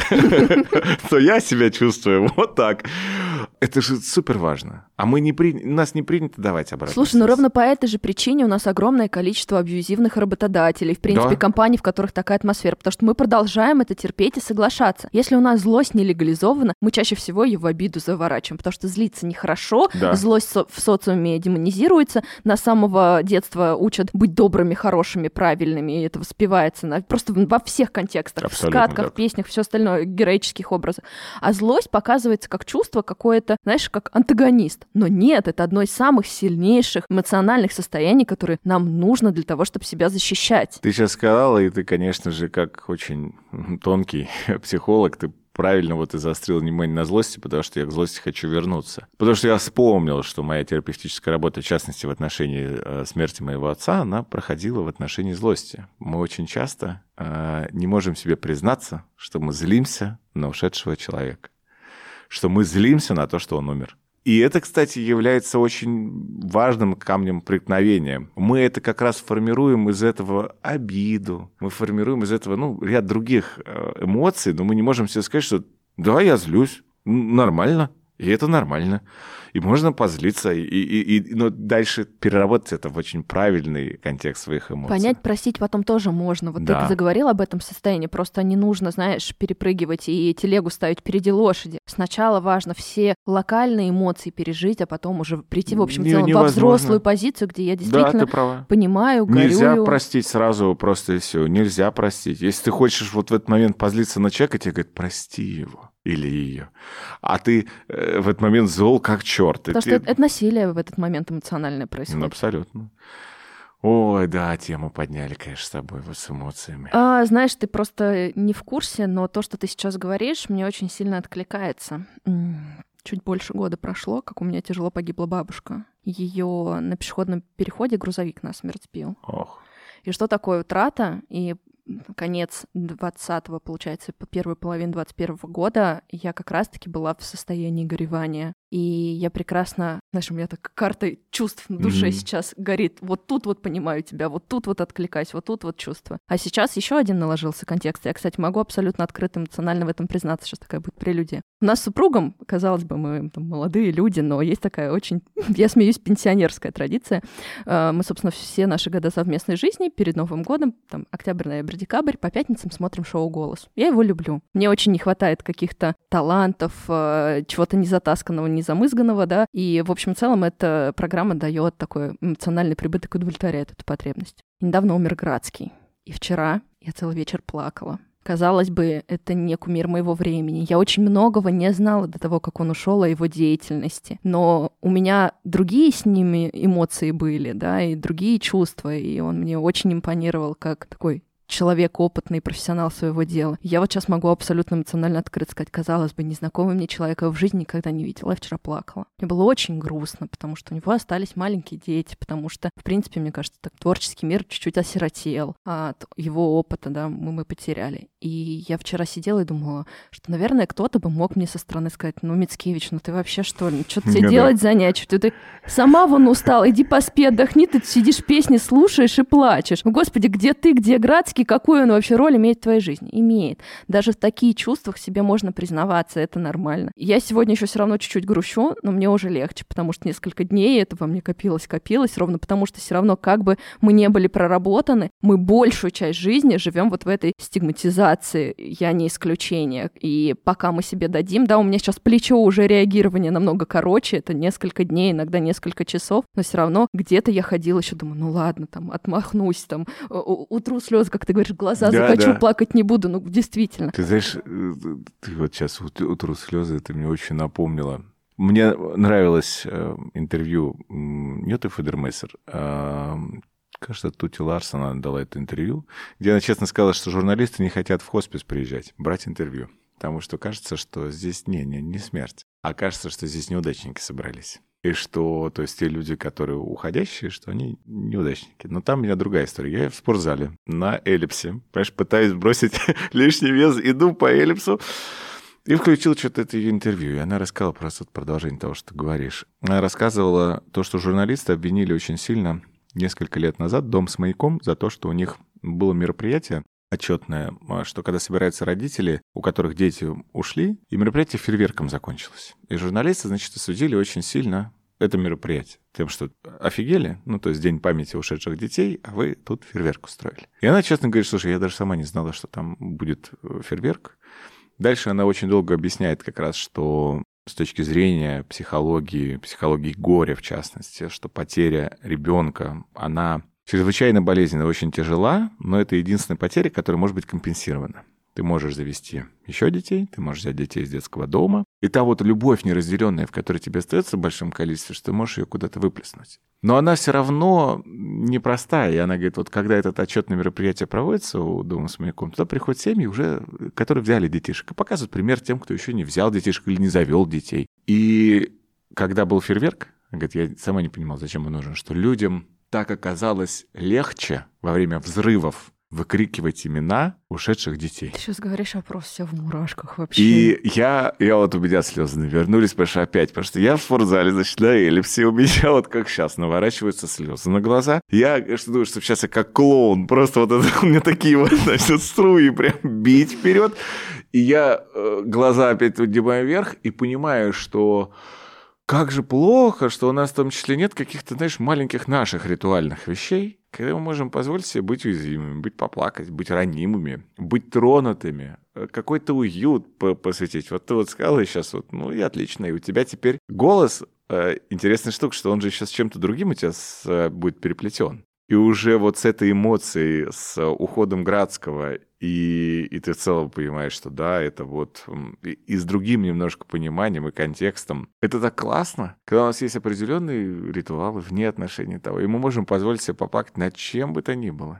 A: то я себя чувствую вот так. Это же супер важно. А у нас не принято давать обратную связь.
C: Слушай, ровно по этой же причине у нас огромное количество абьюзивных работодателей, в принципе, компаний, в которых такая атмосфера, потому что мы продолжаем это терпеть и соглашаться. Если у нас злость не легализована, мы чаще всего ее в обиду заворачиваем, потому что злиться нехорошо, злость в социуме демонизируется, нас с самого детства учат быть добрыми, хорошими, правильными, и это воспевается просто во всех контекстах.
A: Абсолютно,
C: в сказках, в песнях, все остальное, героических образах. А злость показывается как чувство какое-то, знаешь, как антагонист. Но нет, это одно из самых сильнейших эмоциональных состояний, которые нам нужно для того, чтобы себя защищать.
A: Ты сейчас сказала, и ты, конечно же, как очень тонкий психолог, ты правильно и заострил внимание на злости, потому что я к злости хочу вернуться. Потому что я вспомнил, что моя терапевтическая работа, в частности, в отношении смерти моего отца, она проходила в отношении злости. Мы очень часто не можем себе признаться, что мы злимся на ушедшего человека, что мы злимся на то, что он умер. И это, кстати, является очень важным камнем преткновения. Мы это как раз формируем из этого обиду, мы формируем из этого, ряд других эмоций, но мы не можем себе сказать, что да, я злюсь, нормально, и это нормально. И можно позлиться, но дальше переработать это в очень правильный контекст своих эмоций.
C: Понять, простить потом тоже можно. Вот
A: да.
C: Ты заговорил об этом состоянии, просто не нужно, знаешь, перепрыгивать и телегу ставить впереди лошади. Сначала важно все локальные эмоции пережить, а потом уже прийти, в общем целом, во взрослую позицию, где я действительно понимаю, горюю.
A: Нельзя простить сразу просто и все. Нельзя простить. Если ты хочешь вот в этот момент позлиться на человека, тебе говорят, прости его или ее. А ты в этот момент зол как черт.
C: Потому что это насилие в этот момент эмоциональное происходит.
A: Абсолютно. Ой, да, тему подняли, конечно, с тобой вот с эмоциями.
C: Знаешь, ты просто не в курсе, но то, что ты сейчас говоришь, мне очень сильно откликается. Чуть больше года прошло, как у меня тяжело погибла бабушка. Ее на пешеходном переходе грузовик насмерть сбил.
A: Ох.
C: И что такое утрата? И конец 20-го, получается, первую половину 21-го года я как раз-таки была в состоянии горевания. И я прекрасно, знаешь, у меня так карта чувств на душе сейчас горит. Вот тут вот понимаю тебя, вот тут вот откликаюсь, вот тут вот чувство. А сейчас еще один наложился контекст. Я, кстати, могу абсолютно открыто эмоционально в этом признаться. Сейчас такая будет прелюдия. У нас с супругом, казалось бы, мы там молодые люди, но есть такая очень, я смеюсь, пенсионерская традиция. Мы, собственно, все наши года совместной жизни перед Новым годом, там, октябрь, ноябрь, декабрь, по пятницам смотрим шоу «Голос». Я его люблю. Мне очень не хватает каких-то талантов, чего-то незатасканного, незамызганного, да, и, в общем, в целом эта программа дает такой эмоциональный прибыток и удовлетворяет эту потребность. Недавно умер Градский, и вчера я целый вечер плакала. Казалось бы, это не кумир моего времени. Я очень многого не знала до того, как он ушел, о его деятельности. Но у меня другие с ними эмоции были, да, и другие чувства, и он мне очень импонировал как такой человек, опытный профессионал своего дела. Я вот сейчас могу абсолютно эмоционально открыто сказать, казалось бы, незнакомый мне человек, я в жизни никогда не видела. Я вчера плакала. Мне было очень грустно, потому что у него остались маленькие дети, потому что, в принципе, мне кажется, так творческий мир чуть-чуть осиротел. От его опыта, да, мы потеряли. И я вчера сидела и думала, что, наверное, кто-то бы мог мне со стороны сказать, Мицкевич, ты вообще что ли? Что тебе делать занятия? Ты сама вон устала, иди поспи, отдохни, ты сидишь, песни слушаешь и плачешь. Господи, где ты, где Градский? Какую он вообще роль имеет в твоей жизни? Имеет. Даже в таких чувствах себе можно признаваться, это нормально. Я сегодня еще все равно чуть-чуть грущу, но мне уже легче, потому что несколько дней это во мне копилось, ровно потому что все равно, как бы мы не были проработаны, мы большую часть жизни живем вот в этой стигматизации, я не исключение. И пока мы себе дадим, да, у меня сейчас плечо уже реагирование намного короче, это несколько дней, иногда несколько часов, но все равно где-то я ходила еще, думаю, ладно, там, отмахнусь, там, утру слезы, как ты говоришь, глаза закачу, плакать не буду, действительно.
A: Ты знаешь, ты вот сейчас утру слезы, ты мне очень напомнила. Мне нравилось интервью Нюты Федермессер. Кажется, Тути Ларсон, она дала это интервью, где она честно сказала, что журналисты не хотят в хоспис приезжать, брать интервью. Потому что кажется, что здесь не смерть, а кажется, что здесь неудачники собрались. И что, то есть те люди, которые уходящие, что они неудачники. Но там у меня другая история. Я в спортзале на эллипсе, понимаешь, пытаюсь бросить лишний вес, иду по эллипсу, и включил что-то это ее интервью. И она рассказала просто продолжение того, что ты говоришь. Она рассказывала то, что журналисты обвинили очень сильно несколько лет назад «Дом с маяком» за то, что у них было мероприятие отчетное, что когда собираются родители, у которых дети ушли, и мероприятие фейерверком закончилось. И журналисты, значит, осудили очень сильно это мероприятие. Тем, что офигели, то есть День памяти ушедших детей, а вы тут фейерверк устроили. И она честно говорит, слушай, я даже сама не знала, что там будет фейерверк. Дальше она очень долго объясняет как раз, что с точки зрения психологии горя в частности, что потеря ребенка, она чрезвычайно болезненная, очень тяжела, но это единственная потеря, которая может быть компенсирована. Ты можешь завести еще детей, ты можешь взять детей из детского дома. И та вот любовь неразделенная, в которой тебе остается в большом количестве, что ты можешь ее куда-то выплеснуть. Но она все равно непростая. И она говорит, вот когда это отчетное мероприятие проводится у Дома с маяком, туда приходят семьи уже, которые взяли детишек, и показывают пример тем, кто еще не взял детишек или не завел детей. И когда был фейерверк, говорит, я сама не понимала, зачем он нужен, что людям так оказалось легче во время взрывов выкрикивать имена ушедших детей.
C: Ты сейчас говоришь, я просто вся в мурашках вообще.
A: И я вот у меня слезы навернулись, потому что я в спортзале, значит, на эллипсе, у меня вот как сейчас наворачиваются слезы на глаза. Я, конечно, думаю, что сейчас я как клоун, просто вот это, у меня такие вот, значит, струи прям бить вперед. И я глаза опять поднимаю вверх и понимаю, что как же плохо, что у нас в том числе нет каких-то, знаешь, маленьких наших ритуальных вещей, когда мы можем позволить себе быть уязвимыми, быть поплакать, быть ранимыми, быть тронутыми, какой-то уют посвятить. Вот ты вот сказала сейчас, вот, ну и отлично, и у тебя теперь голос, интересная штука, что он же еще с чем-то другим у тебя будет переплетен. И уже вот с этой эмоцией, с уходом Градского, и ты в целом понимаешь, что да, это вот и с другим немножко пониманием и контекстом. Это так классно, когда у нас есть определенные ритуалы вне отношений того, и мы можем позволить себе поплакать над чем бы то ни было.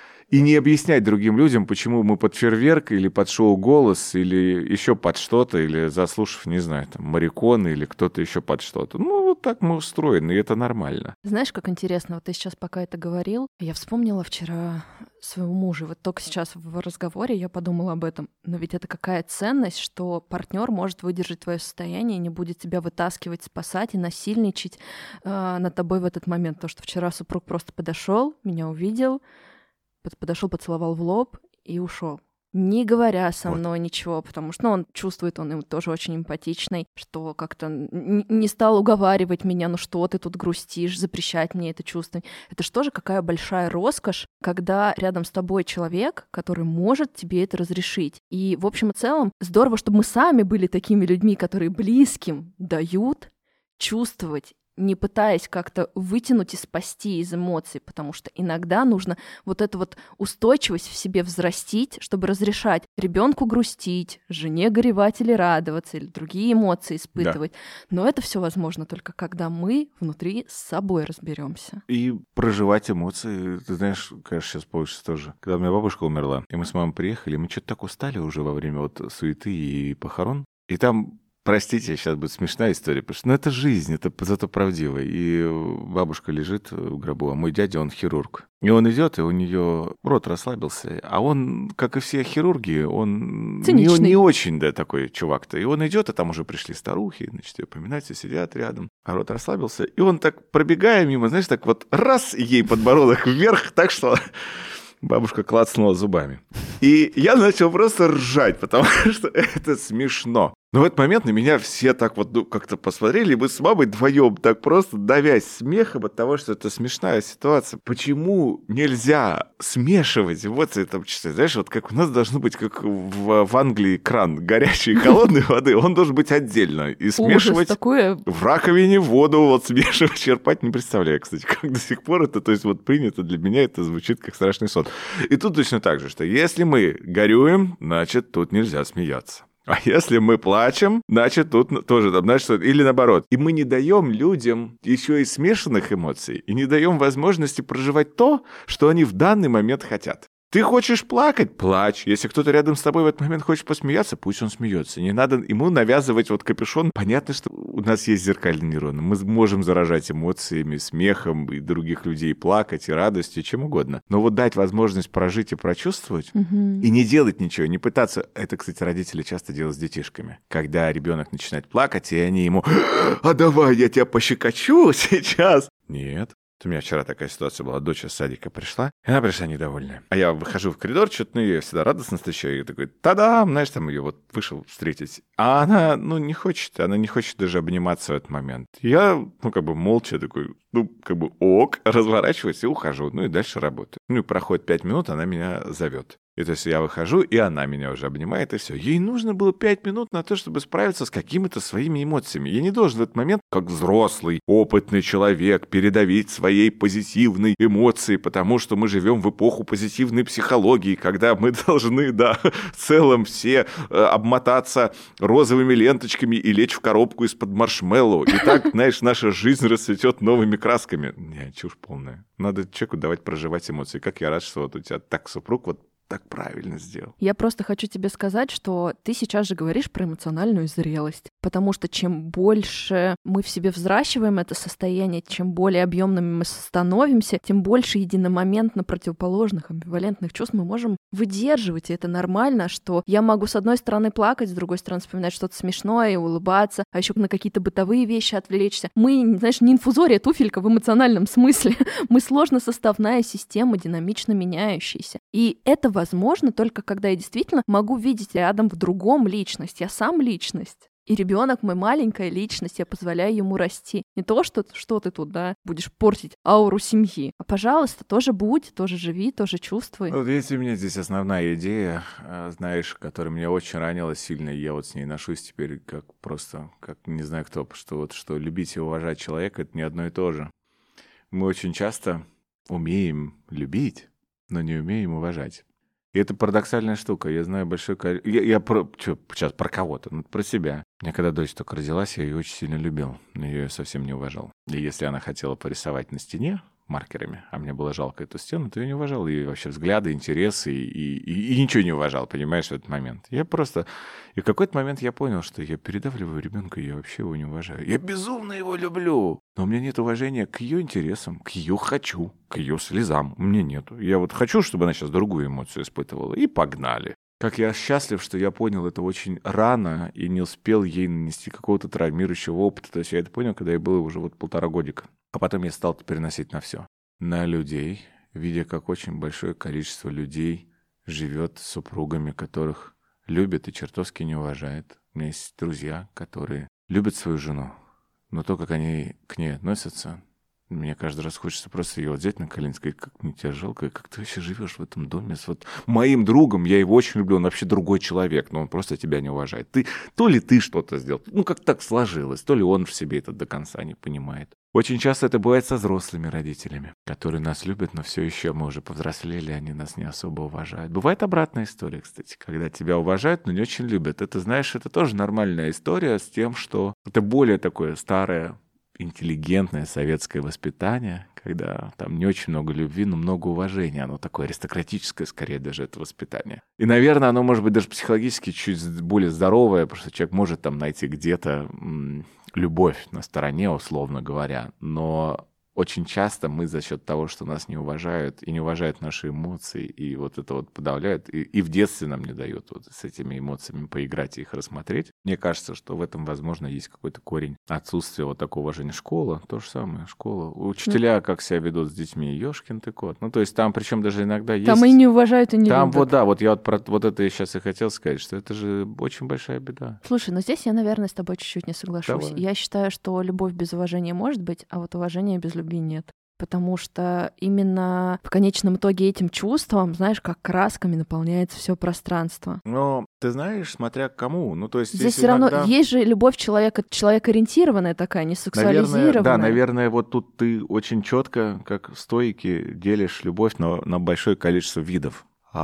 A: И не объяснять другим людям, почему мы под фейерверк или под шоу «Голос», или еще под что-то, или заслушав, не знаю, там, Morricone или кто-то еще под что-то. Ну, вот так мы устроены, и это нормально.
C: Знаешь, как интересно, вот ты сейчас пока это говорил, я вспомнила вчера своего мужа. Вот только сейчас в разговоре я подумала об этом. Но ведь это какая ценность, что партнер может выдержать твое состояние и не будет тебя вытаскивать, спасать и насильничать над тобой в этот момент. Потому что вчера супруг просто подошел, меня увидел, подошел, поцеловал в лоб и ушел, не говоря со мной ничего, потому что он чувствует, он ему тоже очень эмпатичный, что как-то не стал уговаривать меня, ну что ты тут грустишь, запрещать мне это чувство. Это же тоже какая большая роскошь, когда рядом с тобой человек, который может тебе это разрешить. И в общем и целом здорово, чтобы мы сами были такими людьми, которые близким дают чувствовать, не пытаясь как-то вытянуть и спасти из эмоций, потому что иногда нужно вот эту вот устойчивость в себе взрастить, чтобы разрешать ребенку грустить, жене горевать или радоваться, или другие эмоции испытывать. Да. Но это все возможно только когда мы внутри с собой разберемся.
A: И проживать эмоции, ты знаешь, конечно, сейчас получится тоже. Когда у меня бабушка умерла, и мы с мамой приехали, мы что-то так устали уже во время вот суеты и похорон, и там... Простите, сейчас будет смешная история, потому что это жизнь, это зато правдиво. И бабушка лежит в гробу, а мой дядя, он хирург. И он идет, и у нее рот расслабился. А он, как и все хирурги, он не очень, да, такой чувак-то. И он идет, а там уже пришли старухи, значит, ее поминать, все сидят рядом. А рот расслабился. И он так, пробегая мимо, знаешь, так вот раз, ей подбородок вверх, так что... Бабушка клацнула зубами. И я начал просто ржать, потому что это смешно. Но в этот момент на меня все так вот как-то посмотрели, и мы с мамой вдвоем так просто давясь смехом от того, что это смешная ситуация. Почему нельзя смешивать эмоции там, знаешь, вот как у нас должно быть, как в Англии кран горячей и холодной воды, он должен быть отдельно. И смешивать в раковине воду, вот смешивать, черпать, не представляю, кстати, как до сих пор это, то есть вот принято, для меня это звучит как страшный сон. И тут точно так же, что если мы горюем, значит, тут нельзя смеяться. А если мы плачем, значит, тут тоже, значит, или наоборот. И мы не даем людям еще и смешанных эмоций, и не даем возможности проживать то, что они в данный момент хотят. Ты хочешь плакать? Плачь. Если кто-то рядом с тобой в этот момент хочет посмеяться, пусть он смеется. Не надо ему навязывать вот капюшон. Понятно, что у нас есть зеркальные нейроны. Мы можем заражать эмоциями, смехом и других людей, плакать и радостью, чем угодно. Но вот дать возможность прожить и прочувствовать, и не делать ничего, не пытаться... Это, кстати, родители часто делают с детишками. Когда ребенок начинает плакать, и они ему: «А давай я тебя пощекочу сейчас». Нет. У меня вчера такая ситуация была, дочь из садика пришла, и она пришла недовольная. А я выхожу в коридор, что-то, ну, я всегда радостно встречаю, и такой: «Та-дам!» Знаешь, там ее вот вышел встретить. А она, не хочет даже обниматься в этот момент. Я, как бы молча такой, ок, разворачиваюсь и ухожу, и дальше работаю. И проходит 5 минут, она меня зовет. И то есть я выхожу, и она меня уже обнимает, и все. Ей нужно было 5 минут на то, чтобы справиться с какими-то своими эмоциями. Я не должен в этот момент, как взрослый, опытный человек, передавить своей позитивной эмоции, потому что мы живем в эпоху позитивной психологии, когда мы должны, в целом все обмотаться розовыми ленточками и лечь в коробку из-под маршмеллоу. И так, знаешь, наша жизнь расцветет новыми красками. Не, чушь полная. Надо человеку давать проживать эмоции. Как я рад, что вот у тебя так супруг вот так правильно сделал.
C: Я просто хочу тебе сказать, что ты сейчас же говоришь про эмоциональную зрелость, потому что чем больше мы в себе взращиваем это состояние, чем более объемными мы становимся, тем больше единомоментно противоположных амбивалентных чувств мы можем выдерживать, и это нормально, что я могу с одной стороны плакать, с другой стороны вспоминать что-то смешное и улыбаться, а еще на какие-то бытовые вещи отвлечься. Мы, знаешь, не инфузория, туфелька в эмоциональном смысле. Мы сложносоставная система, динамично меняющаяся. И это возможно только когда я действительно могу видеть рядом в другом личность. Я сам личность. И ребенок мой маленькая личность, я позволяю ему расти. Не то, что ты тут, да, будешь портить ауру семьи, а, пожалуйста, тоже будь, тоже живи, тоже чувствуй.
A: Вот есть у меня здесь основная идея, знаешь, которая меня очень ранила сильно, и я вот с ней ношусь теперь как просто, как не знаю кто, что любить и уважать человека — это не одно и то же. Мы очень часто умеем любить, но не умеем уважать. И это парадоксальная штука. Я знаю большое количество... Сейчас про кого-то, про себя. У меня когда дочь только родилась, я ее очень сильно любил, но я ее совсем не уважал. И если она хотела порисовать на стене маркерами, а мне было жалко эту стену, то я не уважал ее вообще взгляды, интересы и ничего не уважал, понимаешь, в этот момент. И в какой-то момент я понял, что я передавливаю ребенка, и я вообще его не уважаю. Я безумно его люблю, но у меня нет уважения к ее интересам, к ее хочу, к ее слезам. У меня нету. Я вот хочу, чтобы она сейчас другую эмоцию испытывала, и погнали. Как я счастлив, что я понял это очень рано и не успел ей нанести какого-то травмирующего опыта. То есть я это понял, когда ей было уже 1,5 годика. А потом я стал это переносить на все. На людей, видя, как очень большое количество людей живет с супругами, которых любят и чертовски не уважают. У меня есть друзья, которые любят свою жену, но то, как они к ней относятся, мне каждый раз хочется просто ее взять на колени и сказать, как мне тебя жалко, и как ты вообще живешь в этом доме с вот моим другом, я его очень люблю, он вообще другой человек, но он просто тебя не уважает. То ли ты что-то сделал, как так сложилось, то ли он в себе это до конца не понимает. Очень часто это бывает со взрослыми родителями, которые нас любят, но все еще мы уже повзрослели, они нас не особо уважают. Бывает обратная история, кстати, когда тебя уважают, но не очень любят. Это, знаешь, это тоже нормальная история с тем, что это более такое старое, интеллигентное советское воспитание, когда там не очень много любви, но много уважения. Оно такое аристократическое, скорее, даже это воспитание. И, наверное, оно может быть даже психологически чуть более здоровое, потому что человек может там найти где-то любовь на стороне, условно говоря, но очень часто мы за счет того, что нас не уважают и не уважают наши эмоции, и вот это вот подавляют, и в детстве нам не дают вот с этими эмоциями поиграть и их рассмотреть. Мне кажется, что в этом, возможно, есть какой-то корень отсутствия вот такого уважения. Школа, то же самое, школа. Учителя как себя ведут с детьми, ёшкин ты кот. То есть там, причем даже иногда есть...
C: Там и не уважают, и не
A: там
C: любят.
A: Вот, да, вот я вот про вот это сейчас и хотел сказать, что это же очень большая беда.
C: Слушай, но здесь я, наверное, с тобой чуть-чуть не соглашусь.
A: Давай.
C: Я считаю, что любовь без уважения может быть, а вот уважение без любви нет. Потому что именно в конечном итоге этим чувством, знаешь, как красками наполняется все пространство.
A: Но ты знаешь, смотря к кому. То есть
C: здесь все равно есть же любовь человека, человекоориентированная такая, не сексуализированная.
A: Наверное, вот тут ты очень четко, как стоики, делишь любовь на большое количество видов.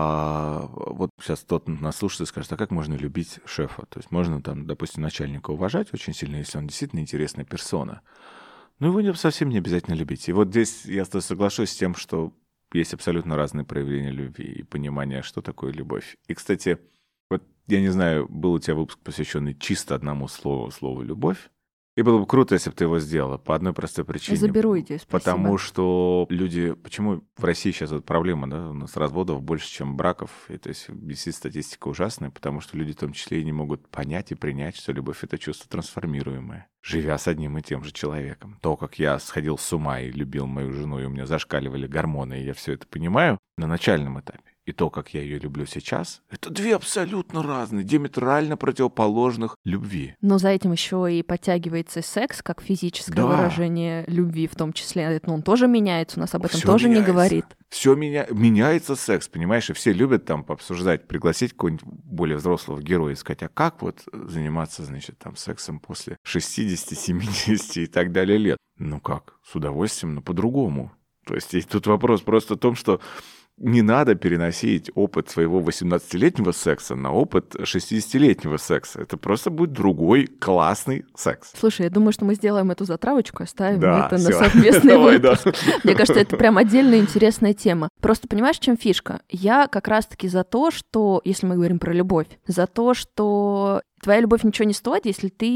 A: А вот сейчас тот нас слушает и скажет, а как можно любить шефа? То есть можно там, допустим, начальника уважать очень сильно, если он действительно интересная персона. Его совсем не обязательно любить. И вот здесь я соглашусь с тем, что есть абсолютно разные проявления любви и понимания, что такое любовь. И, кстати, вот я не знаю, был у тебя выпуск, посвященный чисто одному слову «любовь». И было бы круто, если бы ты его сделала, по одной простой причине.
C: Заберу идею, спасибо.
A: Потому что люди... Почему в России сейчас вот проблема, да? У нас разводов больше, чем браков. И, то есть, висит статистика ужасная, потому что люди в том числе и не могут понять и принять, что любовь — это чувство трансформируемое. Живя с одним и тем же человеком. То, как я сходил с ума и любил мою жену, и у меня зашкаливали гормоны, и я все это понимаю на начальном этапе. И то, как я ее люблю сейчас, это две абсолютно разные, диаметрально противоположных любви.
C: Но за этим еще и подтягивается секс, как физическое выражение любви, в том числе. Он тоже меняется, у нас об этом
A: всё
C: тоже
A: меняется.
C: не говорит.
A: Все меняется секс, понимаешь? И все любят там пообсуждать, пригласить какого-нибудь более взрослого героя и сказать, а как вот заниматься, значит, там сексом после 60, 70 и так далее лет? Как? С удовольствием, но по-другому. То есть тут вопрос просто в том, что не надо переносить опыт своего 18-летнего секса на опыт 60-летнего секса. Это просто будет другой классный секс.
C: Слушай, я думаю, что мы сделаем эту затравочку, оставим это
A: всё.
C: на совместный
A: Давай,
C: выпуск. Мне кажется, это прям отдельная интересная тема. Просто понимаешь, в чем фишка? Я как раз-таки за то, что, если мы говорим про любовь, за то, что твоя любовь ничего не стоит, если ты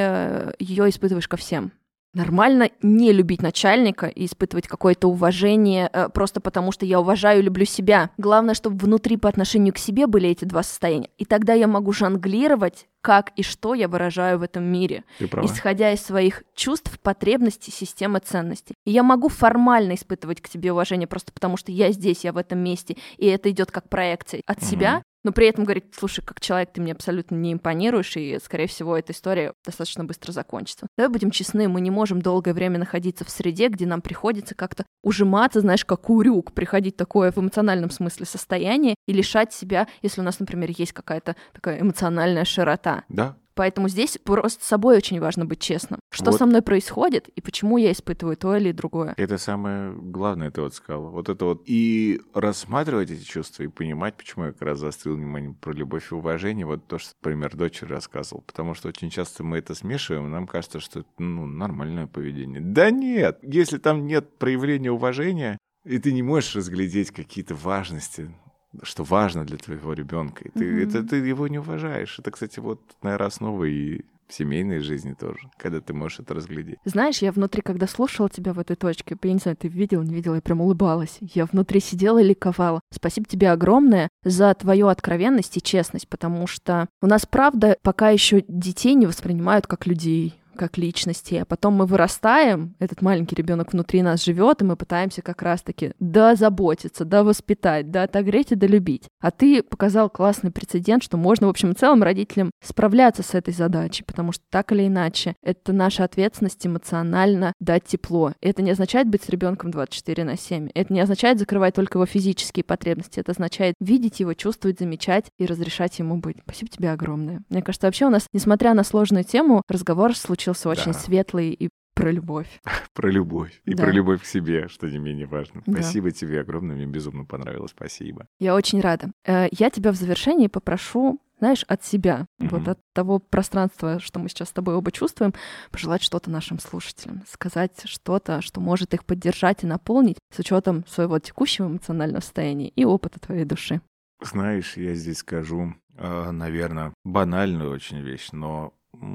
C: ее испытываешь ко всем. Нормально не любить начальника и испытывать какое-то уважение просто потому, что я уважаю и люблю себя. Главное, чтобы внутри по отношению к себе были эти два состояния. И тогда я могу жонглировать, как и что я выражаю в этом мире, исходя из своих чувств, потребностей, системы ценностей. И я могу формально испытывать к тебе уважение просто потому, что я здесь, я в этом месте, и это идет как проекция от себя, но при этом говорить: слушай, как человек ты мне абсолютно не импонируешь, и, скорее всего, эта история достаточно быстро закончится. Давай будем честны, мы не можем долгое время находиться в среде, где нам приходится как-то ужиматься, знаешь, как урюк, приходить в такое в эмоциональном смысле состояние и лишать себя, если у нас, например, есть какая-то такая эмоциональная широта.
A: Да.
C: Поэтому здесь просто с собой очень важно быть честным. Что со мной происходит и почему я испытываю то или другое.
A: Это самое главное, ты вот сказала. Вот это вот. И рассматривать эти чувства, и понимать, почему я как раз заострил внимание про любовь и уважение. Вот то, что, например, дочери рассказывал. Потому что очень часто мы это смешиваем, и нам кажется, что это нормальное поведение. Да нет! Если там нет проявления уважения, и ты не можешь разглядеть какие-то важности, что важно для твоего ребенка. И ты его не уважаешь. Это, кстати, вот, наверное, основа и в семейной жизни тоже, когда ты можешь это разглядеть.
C: Знаешь, я внутри, когда слушала тебя в этой точке, я не знаю, ты видел, не видела, я прям улыбалась. Я внутри сидела и ликовала. Спасибо тебе огромное за твою откровенность и честность, потому что у нас, правда, пока еще детей не воспринимают как людей, как личности, а потом мы вырастаем, этот маленький ребенок внутри нас живет, и мы пытаемся как раз-таки заботиться, воспитать, отогреть и долюбить. А ты показал классный прецедент, что можно, в общем и целом, родителям справляться с этой задачей, потому что так или иначе, это наша ответственность эмоционально дать тепло. Это не означает быть с ребенком 24/7. Это не означает закрывать только его физические потребности. Это означает видеть его, чувствовать, замечать и разрешать ему быть. Спасибо тебе огромное. Мне кажется, вообще у нас, несмотря на сложную тему, разговор случился очень светлый и про любовь.
A: Про любовь. И про любовь к себе, что не менее важно. Спасибо тебе огромное, мне безумно понравилось. Спасибо.
C: Я очень рада. Я тебя в завершении попрошу, знаешь, от себя, вот от того пространства, что мы сейчас с тобой оба чувствуем, пожелать что-то нашим слушателям, сказать что-то, что может их поддержать и наполнить с учетом своего текущего эмоционального состояния и опыта твоей души.
A: Знаешь, я здесь скажу, наверное, банальную очень вещь, но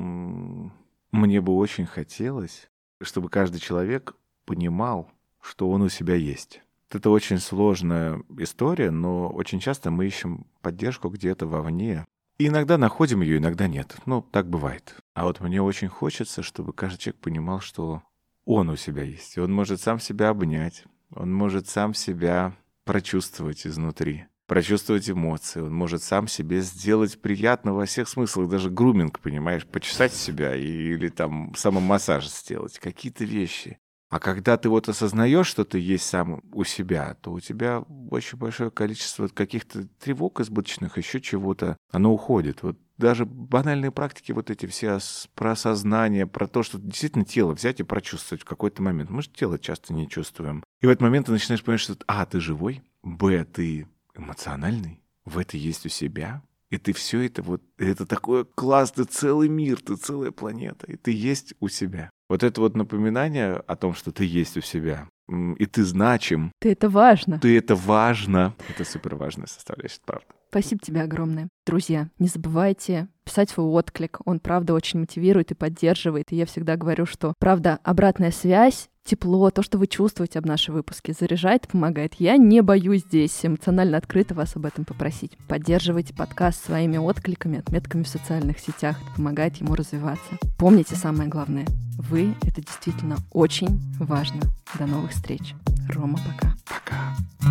A: мне бы очень хотелось, чтобы каждый человек понимал, что он у себя есть. Это очень сложная история, но очень часто мы ищем поддержку где-то вовне. И иногда находим ее, иногда нет. Так бывает. А вот мне очень хочется, чтобы каждый человек понимал, что он у себя есть. И он может сам себя обнять, он может сам себя прочувствовать изнутри. Прочувствовать эмоции, он может сам себе сделать приятно во всех смыслах, даже груминг, понимаешь, почесать себя или там самомассаж сделать, какие-то вещи. А когда ты вот осознаешь, что ты есть сам у себя, то у тебя очень большое количество каких-то тревог избыточных, еще чего-то, оно уходит. Вот даже банальные практики вот эти все про осознание, про то, что действительно тело взять и прочувствовать в какой-то момент. Мы же тело часто не чувствуем. И в этот момент ты начинаешь понимать, что ты живой, ты эмоциональный, это есть у себя, и ты все это это такое класс, ты целый мир, ты целая планета, и ты есть у себя. Вот это вот напоминание о том, что ты есть у себя, и ты значим.
C: Это важно.
A: Это супер важная составляющая, правда.
C: Спасибо тебе огромное. Друзья, не забывайте писать свой отклик, он, правда, очень мотивирует и поддерживает, и я всегда говорю, что, правда, обратная связь, тепло, то, что вы чувствуете об нашей выпуске, заряжает, помогает. Я не боюсь здесь эмоционально открыто вас об этом попросить. Поддерживайте подкаст своими откликами, отметками в социальных сетях. Это помогает ему развиваться. Помните самое главное. Вы — это действительно очень важно. До новых встреч. Рома, пока.
A: Пока.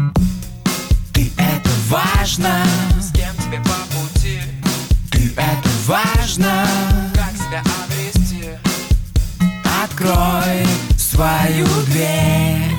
B: Ты — это важно. С кем тебе по пути. Ты — это важно. Как себя обрести. Открой свою дверь.